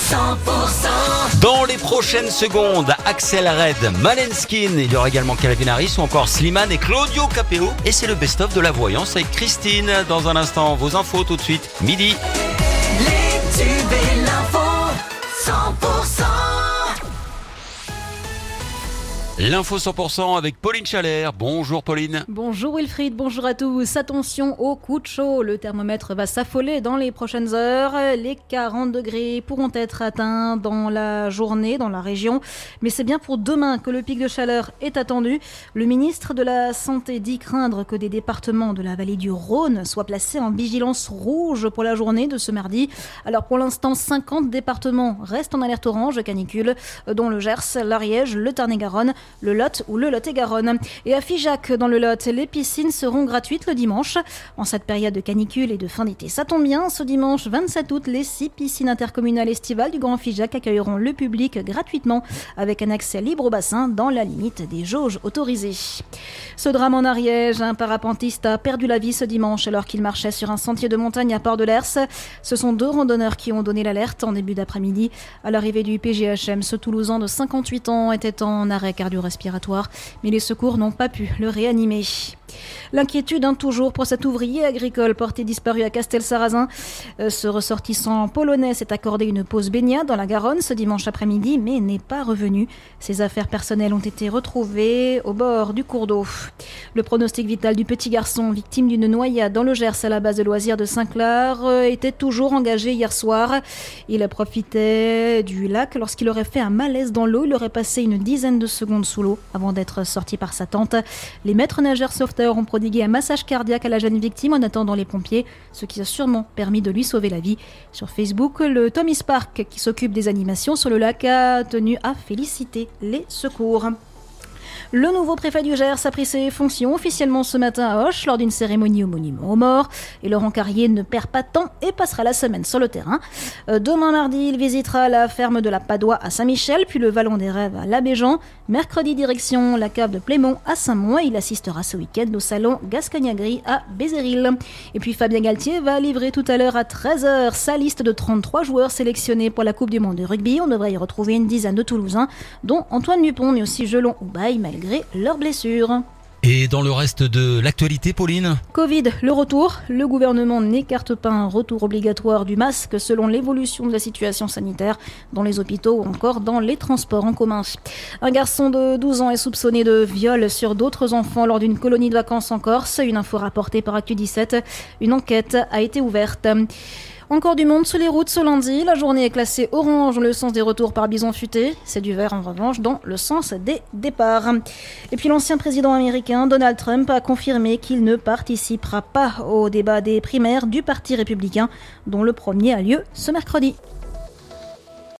Dans les prochaines secondes, Axel Red, Måneskin, il y aura également Calvin Harris ou encore Slimane et Claudio Capéo. Et c'est le best-of de la voyance avec Christine. Dans un instant, vos infos tout de suite, midi. Les tubes et l'info, 100%. L'info 100% avec Pauline Chalère. Bonjour Pauline. Bonjour Wilfried, bonjour à tous. Attention au coup de chaud, le thermomètre va s'affoler dans les prochaines heures. Les 40 degrés pourront être atteints dans la journée, dans la région. Mais c'est bien pour demain que le pic de chaleur est attendu. Le ministre de la Santé dit craindre que des départements de la vallée du Rhône soient placés en vigilance rouge pour la journée de ce mardi. Alors pour l'instant, 50 départements restent en alerte orange canicule, dont le Gers, l'Ariège, le Tarn-et-Garonne, le Lot ou le Lot-et-Garonne. Et à Figeac, dans le Lot, les piscines seront gratuites le dimanche. En cette période de canicule et de fin d'été, ça tombe bien. Ce dimanche 27 août, les 6 piscines intercommunales estivales du Grand Figeac accueilleront le public gratuitement avec un accès libre au bassin dans la limite des jauges autorisées. Ce drame en Ariège, un parapentiste a perdu la vie ce dimanche alors qu'il marchait sur un sentier de montagne à Port-de-l'Ers. Ce sont 2 randonneurs qui ont donné l'alerte en début d'après-midi. À l'arrivée du PGHM, ce Toulousain de 58 ans était en arrêt cardio-respiratoire, mais les secours n'ont pas pu le réanimer. L'inquiétude toujours pour cet ouvrier agricole porté disparu à Castelsarrasin. Ce ressortissant polonais s'est accordé une pause baignade dans la Garonne ce dimanche après-midi, mais n'est pas revenu. Ses affaires personnelles ont été retrouvées au bord du cours d'eau. Le pronostic vital du petit garçon, victime d'une noyade dans le Gers à la base de loisirs de Saint-Clar, était toujours engagé hier soir. Il profitait du lac lorsqu'il aurait fait un malaise dans l'eau. Il aurait passé une dizaine de secondes sous l'eau avant d'être sorti par sa tante. Les maîtres nageurs sauveteurs ont prodigué un massage cardiaque à la jeune victime en attendant les pompiers, ce qui a sûrement permis de lui sauver la vie. Sur Facebook, le Thomas Park, qui s'occupe des animations sur le lac, a tenu à féliciter les secours. Le nouveau préfet du Gers a pris ses fonctions officiellement ce matin à Auch lors d'une cérémonie au monument aux morts. Et Laurent Carrier ne perd pas de temps et passera la semaine sur le terrain. Demain mardi, il visitera la ferme de la Padoie à Saint-Michel, puis le Vallon des Rêves à Labéjan. Mercredi, direction la cave de Plémont à Saint-Mont. Il assistera ce week-end au salon Gascogne-Gris à Bézéril. Et puis Fabien Galtier va livrer tout à l'heure à 13h sa liste de 33 joueurs sélectionnés pour la Coupe du Monde de rugby. On devrait y retrouver une dizaine de Toulousains, dont Antoine Dupont, mais aussi Jelon ou Baye, malgré leurs blessures. Et dans le reste de l'actualité, Pauline ? Covid, le retour. Le gouvernement n'écarte pas un retour obligatoire du masque selon l'évolution de la situation sanitaire dans les hôpitaux ou encore dans les transports en commun. Un garçon de 12 ans est soupçonné de viol sur d'autres enfants lors d'une colonie de vacances en Corse. Une info rapportée par Actu17. Une enquête a été ouverte. Encore du monde sur les routes ce lundi. La journée est classée orange dans le sens des retours par bison futé. C'est du vert en revanche dans le sens des départs. Et puis l'ancien président américain Donald Trump a confirmé qu'il ne participera pas au débat des primaires du Parti républicain, dont le premier a lieu ce mercredi.